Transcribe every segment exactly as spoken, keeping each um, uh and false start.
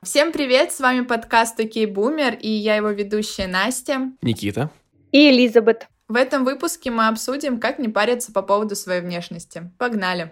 Всем привет, с вами подкаст «Окей, Бумер», и я его ведущая Настя. Никита. И Элизабет. В этом выпуске мы обсудим, как не париться по поводу своей внешности. Погнали!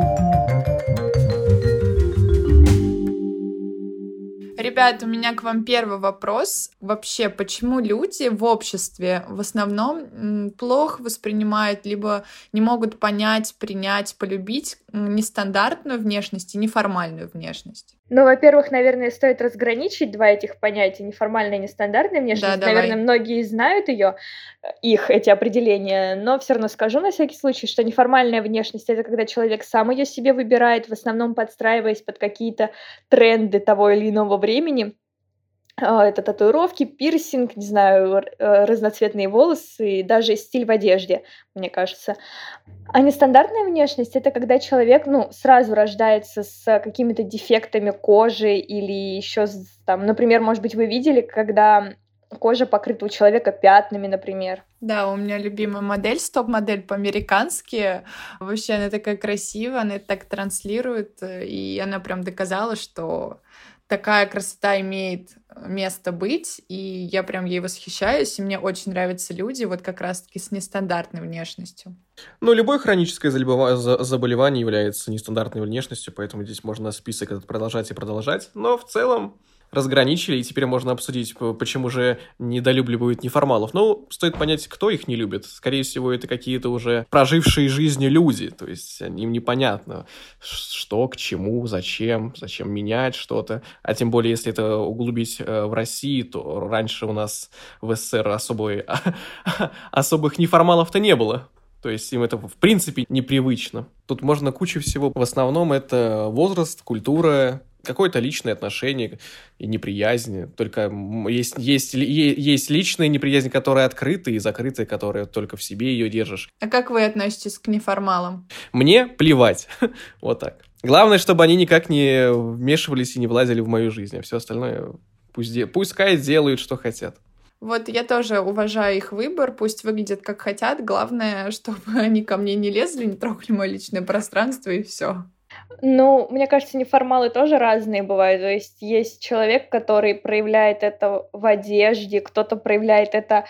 Ребят, у меня к вам первый вопрос. Вообще, почему люди в обществе в основном м, плохо воспринимают, либо не могут понять, принять, полюбить м, нестандартную внешность и неформальную внешность? Ну, во-первых, наверное, стоит разграничить два этих понятия, неформальная и нестандартная внешность. Да, наверное, давай. многие знают ее, их, эти определения, но все равно скажу на всякий случай, что неформальная внешность — это когда человек сам ее себе выбирает, в основном подстраиваясь под какие-то тренды того или иного времени. А, Это татуировки, пирсинг, не знаю, р- э, разноцветные волосы и даже стиль в одежде, мне кажется. А нестандартная внешность — это когда человек, ну, сразу рождается с какими-то дефектами кожи или еще там, например, может быть, вы видели, когда кожа покрыта у человека пятнами, например. Да, у меня любимая модель, стоп-модель по-американски. Вообще она такая красивая, она это так транслирует, э, и она прям доказала, что такая красота имеет место быть, и я прям ей восхищаюсь, и мне очень нравятся люди вот как раз-таки с нестандартной внешностью. Ну, любое хроническое заболева- за- заболевание является нестандартной внешностью, поэтому здесь можно список этот продолжать и продолжать. Но в целом разграничили, и теперь можно обсудить, п- почему же недолюбливают неформалов. Ну, стоит понять, кто их не любит. Скорее всего, это какие-то уже прожившие жизни люди, то есть им непонятно, ш- что, к чему, зачем, зачем менять что-то. А тем более, если это углубить э, в России, то раньше у нас в СССР особой, особых неформалов-то не было. То есть им это в принципе непривычно. Тут можно кучу всего. В основном это возраст, культура, какое-то личное отношение и неприязнь. Только м, есть, есть, ли- е- есть личная неприязнь, которая открытая, и закрытая, которая только в себе ее держишь. А как вы относитесь к неформалам? Мне плевать. Вот так. Главное, чтобы они никак не вмешивались и не влазили в мою жизнь. А все остальное пусть, де- пускай делают, что хотят. Вот я тоже уважаю их выбор, пусть выглядят как хотят, главное, чтобы они ко мне не лезли, не трогали мое личное пространство, и все. Ну, мне кажется, неформалы тоже разные бывают. То есть есть человек, который проявляет это в одежде, кто-то проявляет это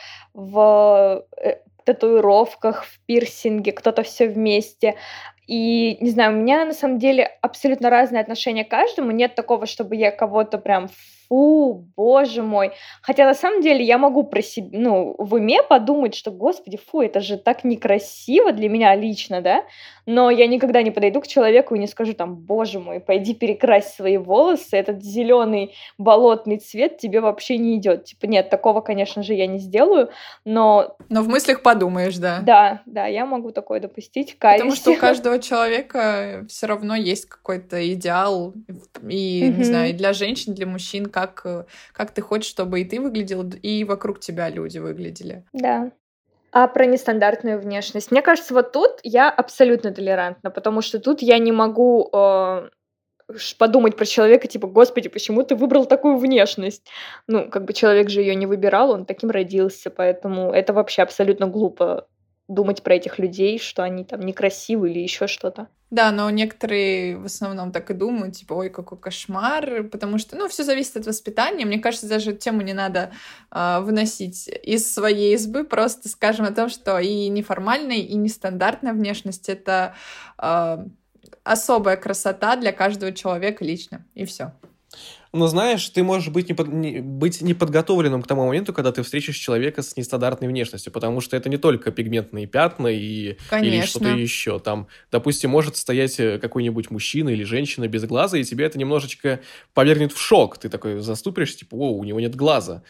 в э, татуировках, в пирсинге, кто-то все вместе. И, не знаю, у меня на самом деле абсолютно разное отношение к каждому. Нет такого, чтобы я кого-то прям фу, боже мой. Хотя на самом деле я могу про себя, ну, в уме подумать, что, господи, фу, это же так некрасиво для меня лично, да? Но я никогда не подойду к человеку и не скажу там, боже мой, пойди перекрась свои волосы, этот зеленый болотный цвет тебе вообще не идет. Типа, нет, такого, конечно же, я не сделаю, но Но в мыслях подумаешь, да. да, да, я могу такое допустить, Потому каюсь. что у каждого человека все равно есть какой-то идеал, и, не знаю, и Мгм. для женщин, для мужчин, как, э, как ты хочешь, чтобы и ты выглядел, и вокруг тебя люди выглядели. Да. А про нестандартную внешность? Мне кажется, вот тут я абсолютно толерантна, потому что тут я не могу э, ш- подумать про человека, типа, господи, почему ты выбрал такую внешность? Ну, как бы человек же ее не выбирал, он таким родился, поэтому это вообще абсолютно глупо думать про этих людей, что они там некрасивы или еще что-то. Да, но некоторые в основном так и думают, типа, ой, какой кошмар, потому что, ну, все зависит от воспитания. Мне кажется, даже эту тему не надо а, выносить из своей избы, просто скажем о том, что и неформальная, и нестандартная внешность — это а, особая красота для каждого человека лично, и все. Но знаешь, ты можешь быть, непод- не- быть неподготовленным к тому моменту, когда ты встретишь человека с нестандартной внешностью, потому что это не только пигментные пятна и, или что-то Конечно. еще. Там, допустим, может стоять э, какой-нибудь мужчина или женщина без глаза, и тебя это немножечко повергнет в шок. Ты такой заступишь, типа, о, у него нет глаза.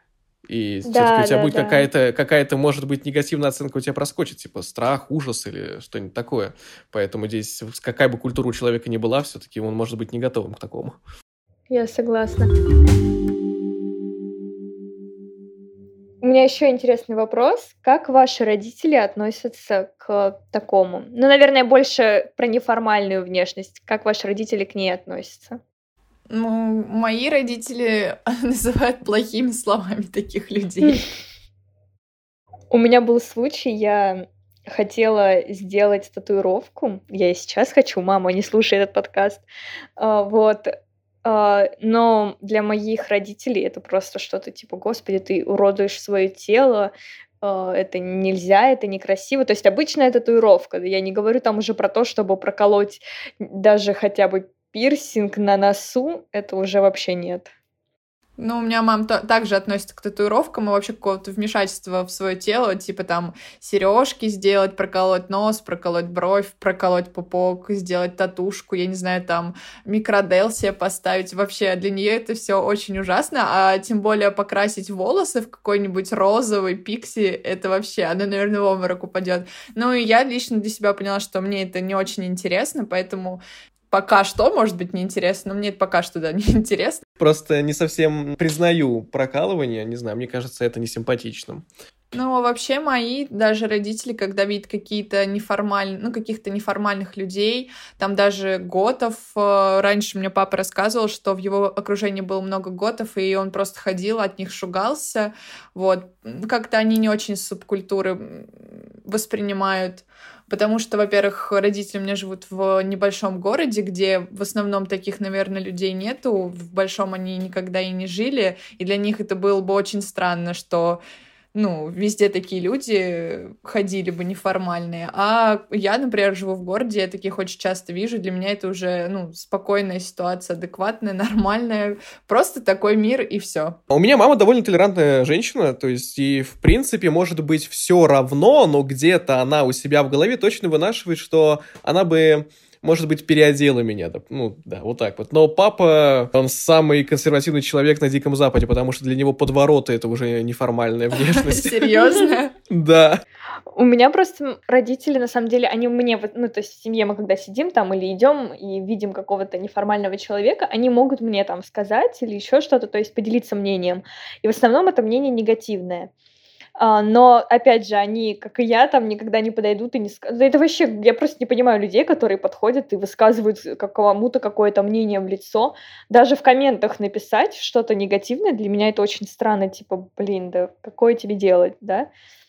И все-таки у Да, тебя да, будет да. какая-то, какая-то, может быть, негативная оценка у тебя проскочит, типа страх, ужас или что-нибудь такое. Поэтому здесь, какая бы культура у человека ни была, все-таки он может быть не готовым к такому. Я согласна. У меня еще интересный вопрос. Как ваши родители относятся к такому? Ну, наверное, больше про неформальную внешность. Как ваши родители к ней относятся? Ну, мои родители называют плохими словами таких людей. У меня был случай, я хотела сделать татуировку. Я и сейчас хочу, мама, не слушай этот подкаст. А, Вот. А, но для моих родителей это просто что-то типа: "Господи, ты уродуешь свое тело, а, это нельзя, это некрасиво". То есть обычная татуировка. Я не говорю там уже про то, чтобы проколоть даже хотя бы пирсинг на носу. Это уже вообще нет. Ну, у меня мама та- также относится к татуировкам и вообще какого-то вмешательства в свое тело, типа там сережки сделать, проколоть нос, проколоть бровь, проколоть пупок, сделать татушку, я не знаю, там микродел себе поставить. Вообще для нее это все очень ужасно, а тем более покрасить волосы в какой-нибудь розовый пикси, это вообще, она, наверное, в обморок упадет. Ну, и я лично для себя поняла, что мне это не очень интересно, поэтому пока что, может быть, неинтересно, но мне это пока что, да, неинтересно. Просто не совсем признаю прокалывание, не знаю, мне кажется, это несимпатичным. Ну, а вообще мои даже родители, когда видят какие-то неформальные, ну, каких-то неформальных людей, там даже готов, э, раньше мне папа рассказывал, что в его окружении было много готов, и он просто ходил, от них шугался, вот, как-то они не очень субкультуры воспринимают, потому что, во-первых, родители у меня живут в небольшом городе, где в основном таких, наверное, людей нету, в большом они никогда и не жили, и для них это было бы очень странно, что ну, везде такие люди ходили бы неформальные. А я, например, живу в городе, я таких очень часто вижу. Для меня это уже, ну, спокойная ситуация, адекватная, нормальная. Просто такой мир, и все. У меня мама довольно толерантная женщина, то есть и, в принципе, может быть, все равно, но где-то она у себя в голове точно вынашивает, что она бы... может быть, переодела меня. Ну, да, вот так вот. Но папа, он самый консервативный человек на Диком Западе, потому что для него подвороты — это уже неформальная внешность. Серьезно? Да. У меня просто родители, на самом деле, они мне, ну, то есть в семье мы когда сидим там или идем и видим какого-то неформального человека, они могут мне там сказать или еще что-то, то есть поделиться мнением. И в основном это мнение негативное. А, но, опять же, они, как и я, там никогда не подойдут и не скажут. Это вообще, я просто не понимаю людей, которые подходят и высказывают кому-то какое-то мнение в лицо. Даже в комментах написать что-то негативное, для меня это очень странно. Типа, блин, да какое тебе делать, да?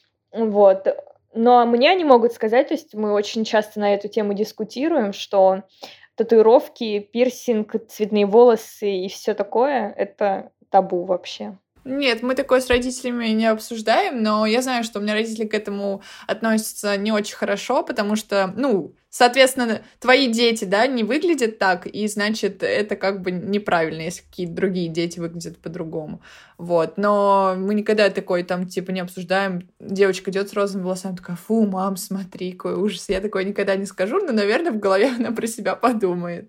Вот. Но мне они могут сказать, то есть мы очень часто на эту тему дискутируем, что татуировки, пирсинг, цветные волосы и все такое — это табу вообще. Нет, мы такое с родителями не обсуждаем, но я знаю, что у меня родители к этому относятся не очень хорошо, потому что, ну, соответственно, твои дети, да, не выглядят так, и, значит, это как бы неправильно, если какие-то другие дети выглядят по-другому. Вот, но мы никогда такой там, типа, не обсуждаем. Девочка идет с розовыми волосами, такая: фу, мам, смотри, какой ужас. Я такое никогда не скажу, но, наверное, в голове она про себя подумает.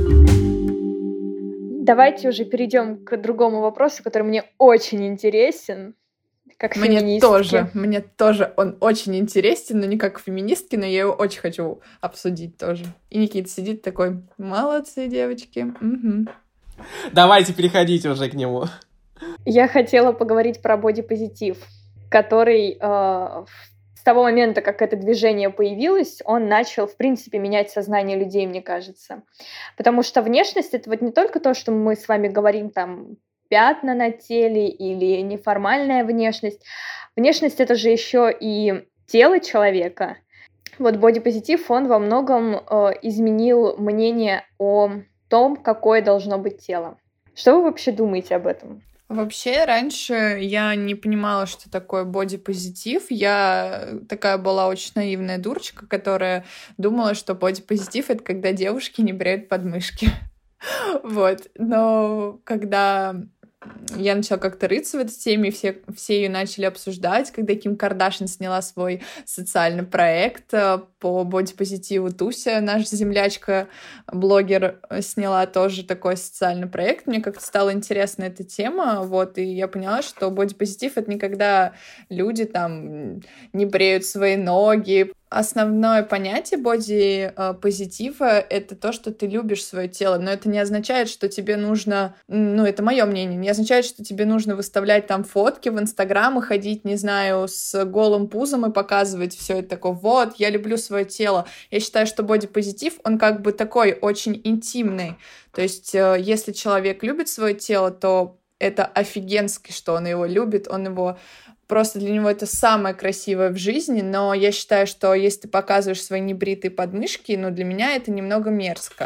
Давайте уже перейдем к другому вопросу, который мне очень интересен, как мне феминистке. Тоже, мне тоже он очень интересен, но не как феминистки, но я его очень хочу обсудить тоже. И Никита сидит такой: молодцы, девочки. Угу. Давайте переходите уже к нему. Я хотела поговорить про бодипозитив, который э, с того момента, как это движение появилось, он начал, в принципе, менять сознание людей, мне кажется. Потому что внешность — это вот не только то, что мы с вами говорим, там, пятна на теле или неформальная внешность. Внешность — это же еще и тело человека. Вот бодипозитив, он во многом э, изменил мнение о том, какое должно быть тело. Что вы вообще думаете об этом? Вообще, раньше я не понимала, что такое бодипозитив. Я такая была очень наивная дурочка, которая думала, что бодипозитив — это когда девушки не бреют подмышки. Вот. Но когда я начала как-то рыться в этой теме, все, все ее начали обсуждать, когда Ким Кардашьян сняла свой социальный проект по бодипозитиву. Туся, наша землячка, блогер, сняла тоже такой социальный проект. Мне как-то стала интересна эта тема, вот, и я поняла, что бодипозитив — это не когда люди там не бреют свои ноги. Основное понятие бодипозитива — это то, что ты любишь свое тело, но это не означает, что тебе нужно, ну, это мое мнение, не означает, что тебе нужно выставлять там фотки в Инстаграм и ходить, не знаю, с голым пузом и показывать все это такое: вот, я люблю свое тело. Я считаю, что бодипозитив, он как бы такой очень интимный. То есть, если человек любит свое тело, то это офигенски, что он его любит, он его... Просто для него это самое красивое в жизни, но я считаю, что если ты показываешь свои небритые подмышки, ну, для меня это немного мерзко.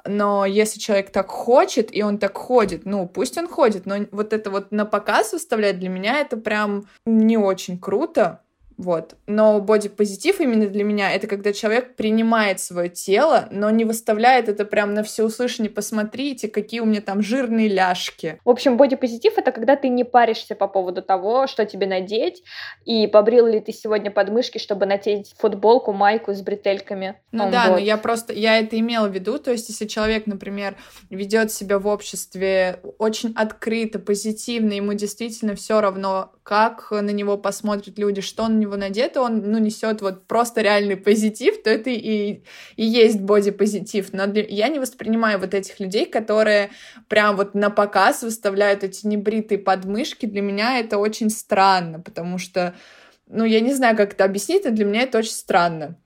но если человек так хочет, и он так ходит, ну, пусть он ходит, но вот это вот на показ выставлять для меня это прям не очень круто. Вот. Но бодипозитив именно для меня — это когда человек принимает свое тело, но не выставляет это прям на всеуслышание. Посмотрите, какие у меня там жирные ляжки. В общем, бодипозитив — это когда ты не паришься по поводу того, что тебе надеть, и побрил ли ты сегодня подмышки, чтобы надеть футболку, майку с бретельками. Ну Он да, вот. но я просто, я это имела в виду, то есть если человек, например, ведет себя в обществе очень открыто, позитивно, ему действительно все равно, как на него посмотрят люди, что на него надето, он, ну, несет вот просто реальный позитив, то это и, и есть бодипозитив. Но для... я не воспринимаю вот этих людей, которые прям вот на показ выставляют эти небритые подмышки. Для меня это очень странно, потому что, ну, я не знаю, как это объяснить, но для меня это очень странно.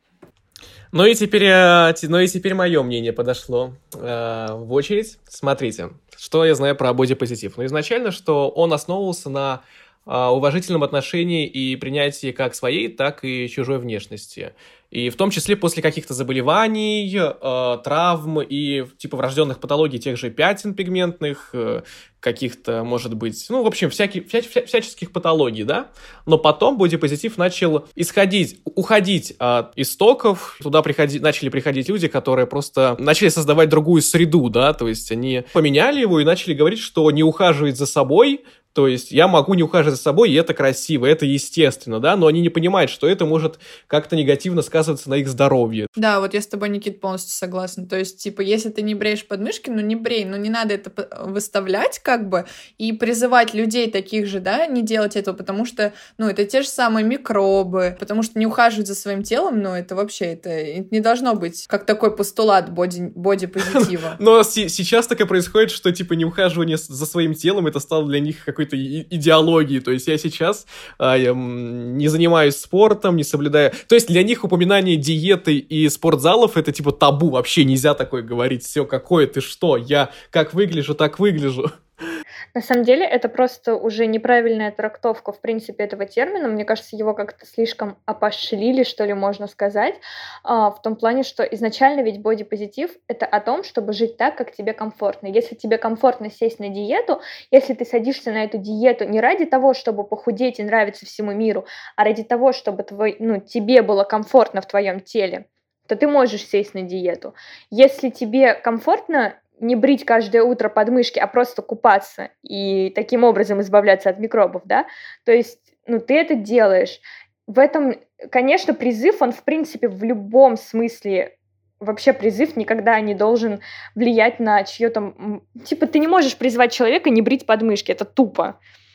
Ну и теперь, э, те- ну и теперь мое мнение подошло э, в очередь. Смотрите, что я знаю про бодипозитив. Ну, изначально, что он основывался на э, уважительном отношении и принятии как своей, так и чужой внешности. И в том числе после каких-то заболеваний, э, травм и типа врожденных патологий, тех же пятен пигментных, э, каких-то, может быть, ну, в общем, всяких, вся, вся- всяческих патологий, да? Но потом бодипозитив начал исходить, уходить от истоков, туда приходи, начали приходить люди, которые просто начали создавать другую среду, да, то есть они поменяли его и начали говорить, что не ухаживать за собой, то есть я могу не ухаживать за собой, и это красиво, это естественно, да, но они не понимают, что это может как-то негативно сказываться на их здоровье. Да, вот я с тобой, Никит, полностью согласна. То есть, типа, если ты не бреешь подмышки, ну не брей, ну не надо это п- выставлять как бы и призывать людей таких же, да, не делать этого, потому что, ну, это те же самые микробы, потому что не ухаживать за своим телом, ну, это вообще, это, это не должно быть как такой постулат боди, бодипозитива. Но си- сейчас так и происходит, что, типа, неухаживание с- за своим телом, это стало для них какой-то и- идеологией. То есть я сейчас а, я, м, не занимаюсь спортом, не соблюдаю... То есть для них упоминание диеты и спортзалов — это, типа, табу. Вообще нельзя такое говорить. Все, какое ты, что? Я как выгляжу, так выгляжу. На самом деле это просто уже неправильная трактовка, в принципе, этого термина. Мне кажется, его как-то слишком опошлили, что ли, можно сказать, а, в том плане, что изначально ведь бодипозитив — это о том, чтобы жить так, как тебе комфортно. Если тебе комфортно сесть на диету, если ты садишься на эту диету не ради того, чтобы похудеть и нравиться всему миру, а ради того, чтобы твой, ну, тебе было комфортно в твоем теле, то ты можешь сесть на диету. Если тебе комфортно не брить каждое утро подмышки, а просто купаться и таким образом избавляться от микробов, да, то есть, ну, ты это делаешь. В этом, конечно, призыв, он, в принципе, в любом смысле, вообще призыв никогда не должен влиять на чьё-то... м, Типа, ты не можешь призвать человека не брить подмышки, это тупо.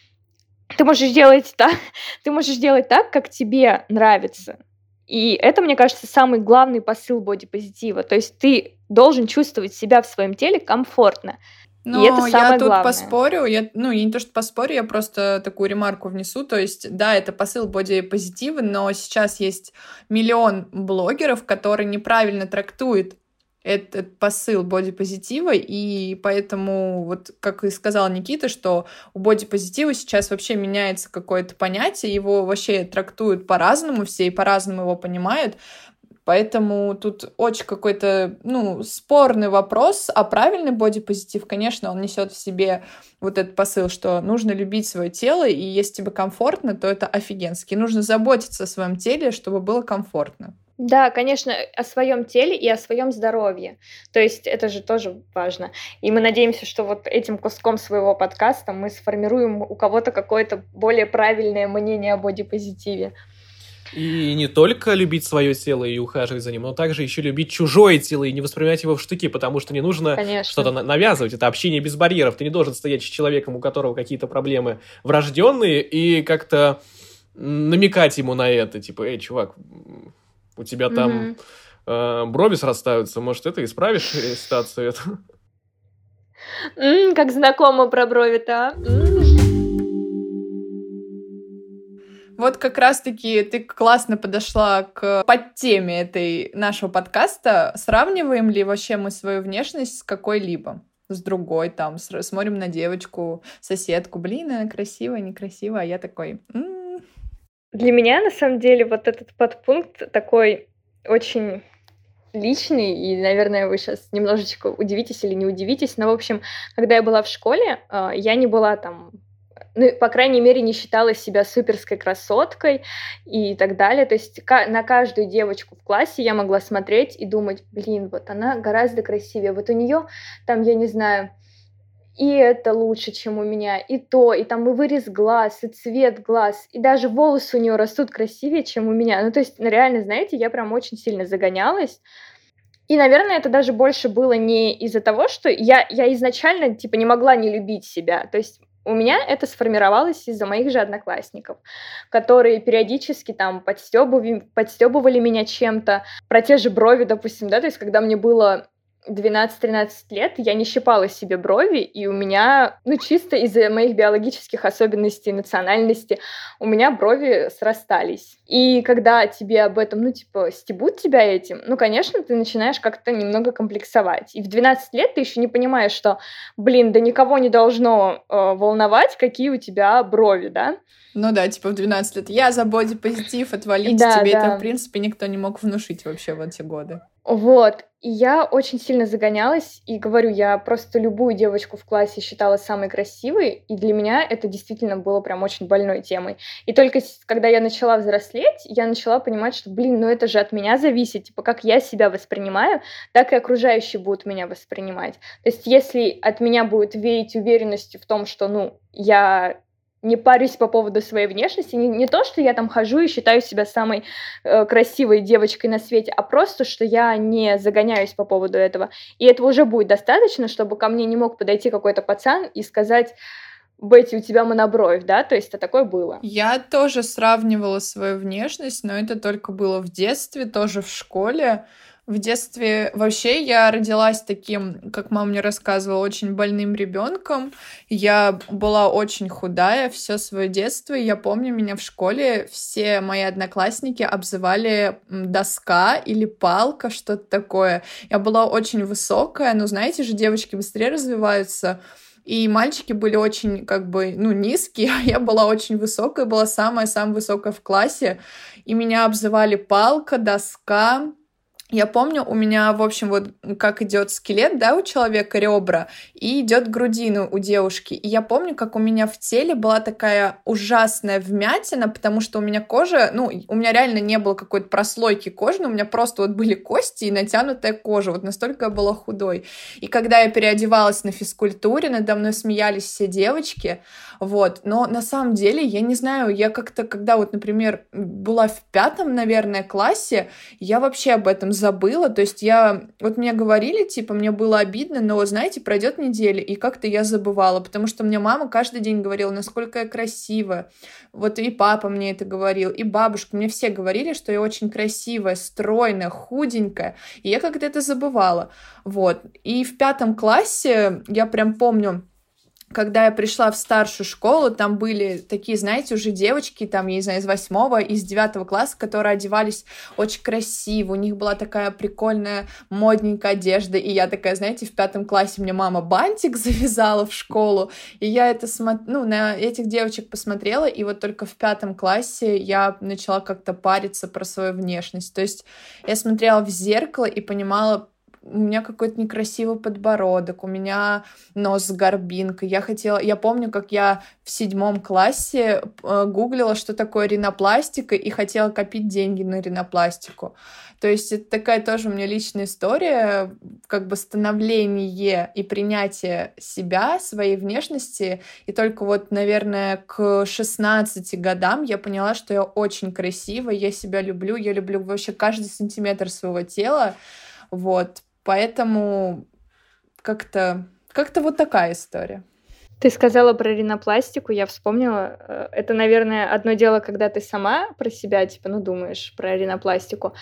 Ты можешь делать так, ты можешь делать так, как тебе нравится. И это, мне кажется, самый главный посыл бодипозитива. То есть ты должен чувствовать себя в своем теле комфортно. И это Но я самое тут главное. поспорю, я, ну, я не то, что поспорю, я просто такую ремарку внесу, то есть, да, это посыл бодипозитива, но сейчас есть миллион блогеров, которые неправильно трактуют этот посыл бодипозитива, и поэтому, вот как и сказал Никита, что у бодипозитива сейчас вообще меняется какое-то понятие, его вообще трактуют по-разному все и по-разному его понимают, поэтому тут очень какой-то, ну, спорный вопрос, а правильный бодипозитив, конечно, он несет в себе вот этот посыл, что нужно любить свое тело, и если тебе комфортно, то это офигенски. Нужно заботиться о своем теле, чтобы было комфортно. Да, конечно, о своем теле и о своем здоровье. То есть это же тоже важно. И мы надеемся, что вот этим куском своего подкаста мы сформируем у кого-то какое-то более правильное мнение о бодипозитиве. И не только любить свое тело и ухаживать за ним, но также еще любить чужое тело и не воспринимать его в штыки, потому что не нужно Конечно. что-то на- навязывать. Это общение без барьеров. Ты не должен стоять с человеком, у которого какие-то проблемы врожденные, и как-то намекать ему на это. Типа, эй, чувак, у тебя там Мгм. э, брови срастаются, может, это исправишь э, ситуацию эту? М, как знакомо про брови-то, а? М. Вот как раз-таки ты классно подошла к подтеме этой нашего подкаста. Сравниваем ли вообще мы свою внешность с какой-либо? С другой, там, ср- смотрим на девочку, соседку. Блин, она красивая, некрасивая, а я такой... «М». Для меня, на самом деле, вот этот подпункт такой очень личный, и, наверное, вы сейчас немножечко удивитесь или не удивитесь, но, в общем, когда я была в школе, э, я не была там, ну, по крайней мере, не считала себя суперской красоткой и так далее. То есть ка- на каждую девочку в классе я могла смотреть и думать, блин, вот она гораздо красивее, вот у нее там, я не знаю, и это лучше, чем у меня, и то, и там и вырез глаз, и цвет глаз, и даже волосы у нее растут красивее, чем у меня. Ну, то есть, ну, реально, знаете, я прям очень сильно загонялась. И, наверное, это даже больше было не из-за того, что я, я изначально, типа, не могла не любить себя. То есть у меня это сформировалось из-за моих же одноклассников, которые периодически там подстебывали, подстебывали меня чем-то. Про те же брови, допустим, да, то есть когда мне было двенадцать-тринадцать лет, я не щипала себе брови, и у меня, ну, чисто из-за моих биологических особенностей, национальности, у меня брови срастались. И когда тебе об этом, ну, типа, стебут тебя этим, ну, конечно, ты начинаешь как-то немного комплексовать. И в двенадцать лет ты еще не понимаешь, что, блин, да никого не должно э, волновать, какие у тебя брови, да? Ну да, типа в двенадцать лет. Я за бодипозитив, отвалить, да, тебе да. это, в принципе, никто не мог внушить вообще в эти годы. Вот, и я очень сильно загонялась, и говорю, я просто любую девочку в классе считала самой красивой, и для меня это действительно было прям очень больной темой. И только когда я начала взрослеть, я начала понимать, что, блин, ну это же от меня зависит, типа, как я себя воспринимаю, так и окружающие будут меня воспринимать. То есть если от меня будет веять уверенностью в том, что, ну, я не парюсь по поводу своей внешности, не, не то, что я там хожу и считаю себя самой э, красивой девочкой на свете, а просто, что я не загоняюсь по поводу этого. И этого уже будет достаточно, чтобы ко мне не мог подойти какой-то пацан и сказать: Бетти, у тебя монобровь, да? То есть это такое было. Я тоже сравнивала свою внешность, но это только было в детстве, тоже в школе. В детстве вообще я родилась таким, как мама мне рассказывала, очень больным ребенком. Я была очень худая все свое детство. Я помню, меня в школе все мои одноклассники обзывали доска или палка, что-то такое. Я была очень высокая, но знаете же, девочки быстрее развиваются. И мальчики были очень, как бы, ну, низкие, а я была очень высокая, была самая-самая высокая в классе. И меня обзывали палка, доска. Я помню, у меня, в общем, вот как идет скелет, да, у человека ребра, и идет грудина у девушки. И я помню, как у меня в теле была такая ужасная вмятина, потому что у меня кожа, ну, у меня реально не было какой-то прослойки кожи, но у меня просто вот были кости и натянутая кожа, вот настолько я была худой. И когда я переодевалась на физкультуре, надо мной смеялись все девочки, вот. Но на самом деле, я не знаю, я как-то, когда вот, например, была в пятом, наверное, классе, я вообще об этом забыла, то есть я, вот мне говорили, типа, мне было обидно, но, знаете, пройдет неделя, и как-то я забывала, потому что мне мама каждый день говорила, насколько я красивая, вот и папа мне это говорил, и бабушка, мне все говорили, что я очень красивая, стройная, худенькая, и я как-то это забывала, вот, и в пятом классе я прям помню, когда я пришла в старшую школу, там были такие, знаете, уже девочки, там, я не знаю, из восьмого, из девятого класса, которые одевались очень красиво, у них была такая прикольная, модненькая одежда, и я такая, знаете, в пятом классе мне мама бантик завязала в школу, и я это смотр... ну, на этих девочек посмотрела, и вот только в пятом классе я начала как-то париться про свою внешность, то есть я смотрела в зеркало и понимала, у меня какой-то некрасивый подбородок, у меня нос с горбинкой. Я хотела, я помню, как я в седьмом классе э, гуглила, что такое ринопластика, и хотела копить деньги на ринопластику. То есть это такая тоже у меня личная история, как бы становление и принятие себя, своей внешности. И только вот, наверное, к шестнадцати годам я поняла, что я очень красивая, я себя люблю, я люблю вообще каждый сантиметр своего тела. Вот. Поэтому как-то, как-то вот такая история. Ты сказала про ринопластику, я вспомнила. Это, наверное, одно дело, когда ты сама про себя, типа, ну, думаешь про ринопластику,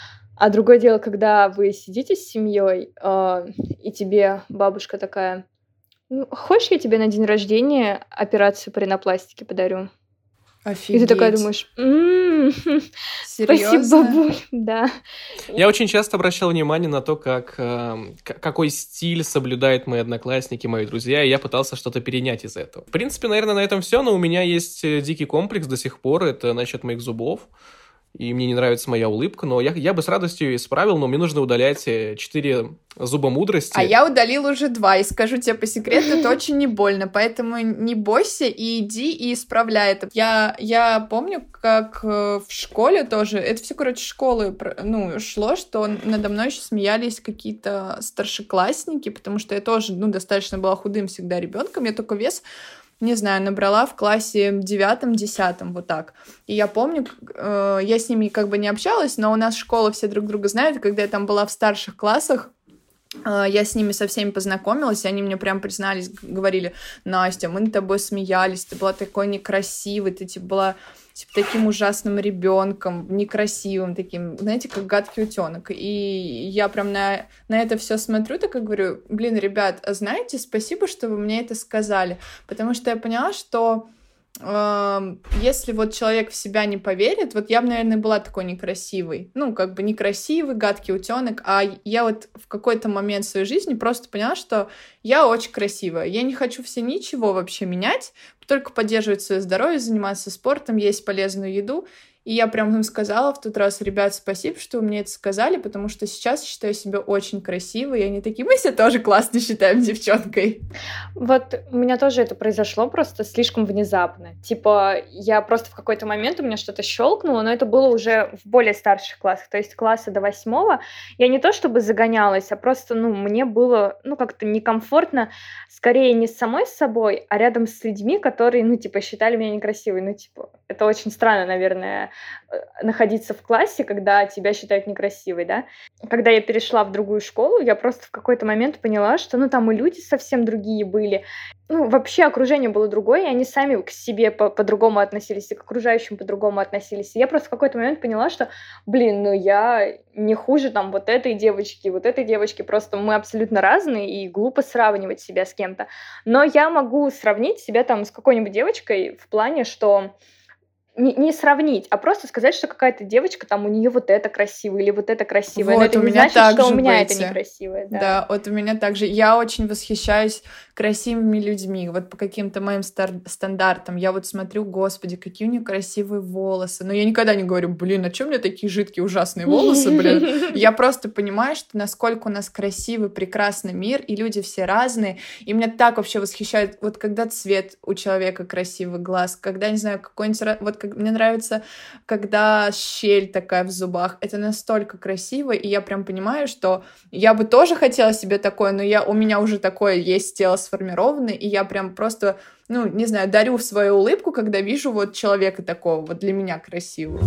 а другое дело, когда вы сидите с семьей, э, и тебе бабушка такая: ну, хочешь, я тебе на день рождения операцию по ринопластике подарю? Офигеть. И ты такая думаешь: м-м-м, спасибо, бабуль, да. Я очень часто обращал внимание на то, как, э, какой стиль соблюдают мои одноклассники, мои друзья, и я пытался что-то перенять из этого. В принципе, наверное, на этом все, но у меня есть дикий комплекс до сих пор, это насчет моих зубов. и мне не нравится моя улыбка, но я, я бы с радостью ее исправил, но мне нужно удалять четыре зуба мудрости. А я удалил уже два, и скажу тебе по секрету, это очень не больно, поэтому не бойся и иди и исправляй это. Я, я помню, как в школе тоже, это все, короче, школы, ну, шло, что надо мной еще смеялись какие-то старшеклассники, потому что я тоже, ну, достаточно была худым всегда ребенком, я только вес, не знаю, набрала в классе девятом-десятом, вот так. И я помню, э, я с ними как бы не общалась, но у нас школа все друг друга знают, и когда я там была в старших классах, я с ними со всеми познакомилась, и они мне прям признались, говорили: Настя, мы над тобой смеялись, ты была такой некрасивой, ты типа была типа таким ужасным ребенком, некрасивым таким, знаете, как гадкий утенок. И я прям на, на это все смотрю, так и говорю: блин, ребят, а знаете, спасибо, что вы мне это сказали, потому что я поняла, что если вот человек в себя не поверит, вот я бы, наверное, была такой некрасивой, ну, как бы некрасивый, гадкий утенок, а я вот в какой-то момент в своей жизни просто поняла, что я очень красивая, я не хочу все ничего вообще менять, только поддерживать свое здоровье, заниматься спортом, есть полезную еду. И я прям им сказала в тот раз: ребят, спасибо, что вы мне это сказали, потому что сейчас считаю себя очень красивой, и они такие: мы себя тоже классно считаем девчонкой. Вот у меня тоже это произошло просто слишком внезапно. Типа, я просто в какой-то момент у меня что-то щелкнуло, но это было уже в более старших классах, то есть класса до восьмого. Я не то чтобы загонялась, а просто, ну, мне было, ну, как-то некомфортно, скорее не с самой собой, а рядом с людьми, которые, ну, типа, считали меня некрасивой. Ну, типа, это очень странно, наверное, находиться в классе, когда тебя считают некрасивой, да. Когда я перешла в другую школу, я просто в какой-то момент поняла, что, ну, там и люди совсем другие были. Ну, вообще окружение было другое, и они сами к себе по- по-другому относились, и к окружающим по-другому относились. И я просто в какой-то момент поняла, что, блин, ну я не хуже там вот этой девочки, вот этой девочки, просто мы абсолютно разные, и глупо сравнивать себя с кем-то. Но я могу сравнить себя там с какой-нибудь девочкой в плане, что не, не сравнить, а просто сказать, что какая-то девочка, там, у нее вот это красивое или вот это красивое. Вот, Но это у не меня значит, что также у меня быть. это некрасивое. Да. Да, вот у меня также. Я очень восхищаюсь красивыми людьми, вот по каким-то моим стар- стандартам. Я вот смотрю: господи, какие у нее красивые волосы. Но я никогда не говорю: блин, а что у меня такие жидкие ужасные волосы, блин. Я просто понимаю, что насколько у нас красивый, прекрасный мир, и люди все разные. И меня так вообще восхищает, вот когда цвет у человека красивый, глаз, когда, не знаю, какой-нибудь... Вот как... мне нравится, когда щель такая в зубах. Это настолько красиво, и я прям понимаю, что я бы тоже хотела себе такое, но я... у меня уже такое есть тело сформированное, и я прям просто, ну, не знаю, дарю свою улыбку, когда вижу вот человека такого, вот для меня красивого.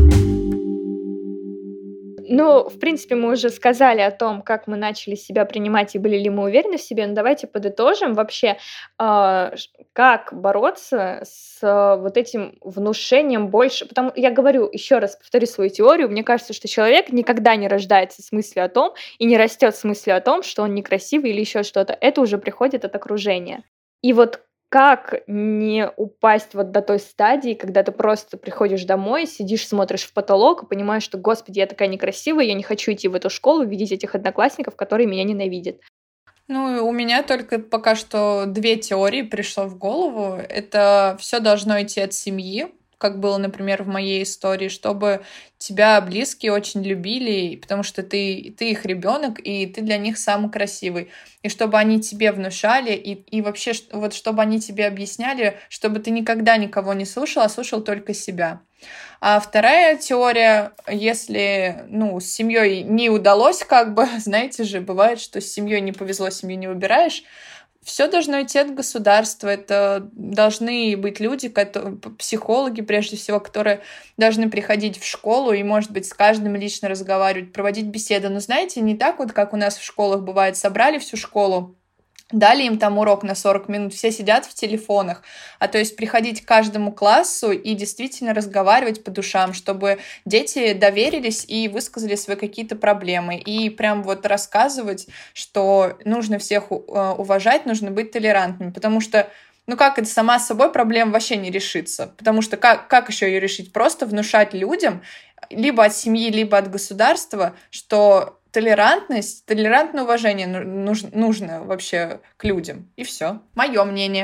Ну, в принципе, мы уже сказали о том, как мы начали себя принимать и были ли мы уверены в себе, но давайте подытожим вообще, э, как бороться с э, вот этим внушением больше. Потому я говорю, еще раз повторю свою теорию, мне кажется, что человек никогда не рождается с мыслью о том и не растет с мыслью о том, что он некрасивый или еще что-то. Это уже приходит от окружения. И вот как не упасть вот до той стадии, когда ты просто приходишь домой, сидишь, смотришь в потолок и понимаешь, что, господи, я такая некрасивая, я не хочу идти в эту школу, видеть этих одноклассников, которые меня ненавидят. Ну, у меня только пока что две теории пришло в голову. Это все должно идти от семьи, как было, например, в моей истории, чтобы тебя близкие очень любили, потому что ты, ты их ребенок, и ты для них самый красивый. И чтобы они тебе внушали, и, и вообще, вот чтобы они тебе объясняли, чтобы ты никогда никого не слушал, а слушал только себя. А вторая теория, если, ну, с семьей не удалось, как бы, знаете же, бывает, что с семьей не повезло, семью не выбираешь, все должно идти от государства. Это должны быть люди, которые, психологи, прежде всего, которые должны приходить в школу и, может быть, с каждым лично разговаривать, проводить беседы. Но, знаете, не так вот, как у нас в школах бывает, собрали всю школу, дали им там урок на сорок минут, все сидят в телефонах, а то есть приходить к каждому классу и действительно разговаривать по душам, чтобы дети доверились и высказали свои какие-то проблемы, и прям вот рассказывать, что нужно всех уважать, нужно быть толерантными, потому что, ну как это, сама с собой проблема вообще не решится, потому что как, как еще ее решить? Просто внушать людям, либо от семьи, либо от государства, что толерантность, толерантное уважение нужно, нужно вообще к людям. И все. Мое мнение.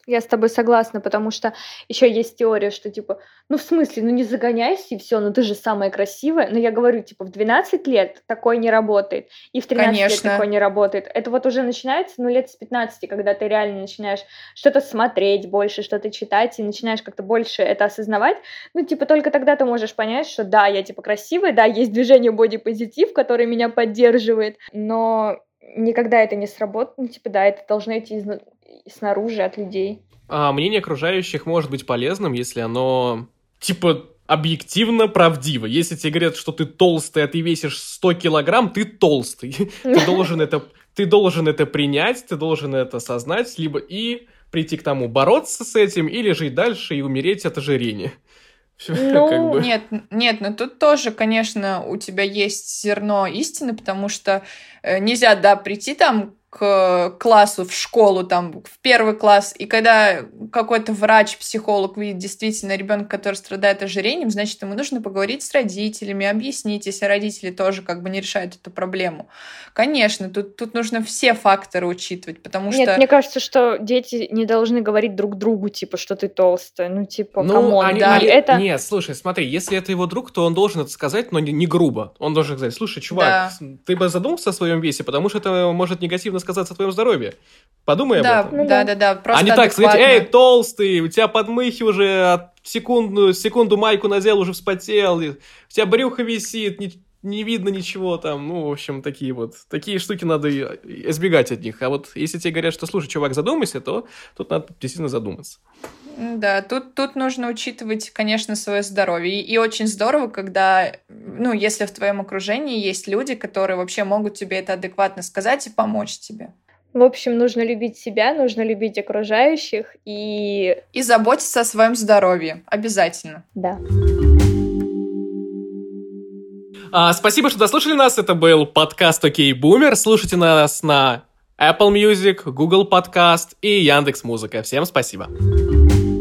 Я с тобой согласна, потому что еще есть теория, что типа, ну в смысле, ну не загоняйся и все, ну ты же самая красивая. Но я говорю, типа, в двенадцать лет такое не работает, и в тринадцать лет Конечно. такое не работает. Это вот уже начинается, ну, лет с пятнадцати, когда ты реально начинаешь что-то смотреть больше, что-то читать, и начинаешь как-то больше это осознавать. Ну, типа, только тогда ты можешь понять, что да, я типа красивая, да, есть движение бодипозитив, которое меня поддерживает, но никогда это не сработает. Ну, типа, да, это должно идти изна- снаружи от людей. А мнение окружающих может быть полезным, если оно, типа, объективно правдиво. Если тебе говорят, что ты толстый, а ты весишь сто килограмм, ты толстый. Ты должен это, ты должен это принять, ты должен это осознать, либо и прийти к тому, бороться с этим, или жить дальше и умереть от ожирения. Ну, Как бы. Нет, нет, но тут тоже, конечно, у тебя есть зерно истины, потому что э, нельзя, да, прийти там к классу, в школу, там, в первый класс, и когда какой-то врач, психолог видит действительно ребенка, который страдает ожирением, значит, ему нужно поговорить с родителями, объяснить, если родители тоже как бы не решают эту проблему. Конечно, тут, тут нужно все факторы учитывать, потому Нет, что... мне кажется, что дети не должны говорить друг другу, типа, что ты толстая. Ну, типа, Ну, камон, они- да. они- Это... Нет, слушай, смотри, если это его друг, то он должен это сказать, но не, не грубо. Он должен сказать, слушай, чувак, Да. с- ты бы задумался о своем весе, потому что это может негативно сказаться о твоем здоровье. Подумай Да, об этом. Ну да, да. да, да, просто А не так сказать, адекватно. эй, толстый, у тебя подмыхи уже от секунду, секунду майку надел, уже вспотел, и у тебя брюхо висит, не, не видно ничего там. Ну, в общем, такие вот, такие штуки надо и- избегать от них. А вот если тебе говорят, что, слушай, чувак, задумайся, то тут надо действительно задуматься. Да, тут, тут нужно учитывать, конечно, свое здоровье. И, и очень здорово, когда, ну, если в твоем окружении есть люди, которые вообще могут тебе это адекватно сказать и помочь тебе. В общем, нужно любить себя, нужно любить окружающих, и И заботиться о своем здоровье. Обязательно. да. А, спасибо, что дослушали нас. Это был подкаст «Окей, Бумер». Слушайте нас на Apple Music, Google Podcast и Яндекс.Музыка. Всем спасибо.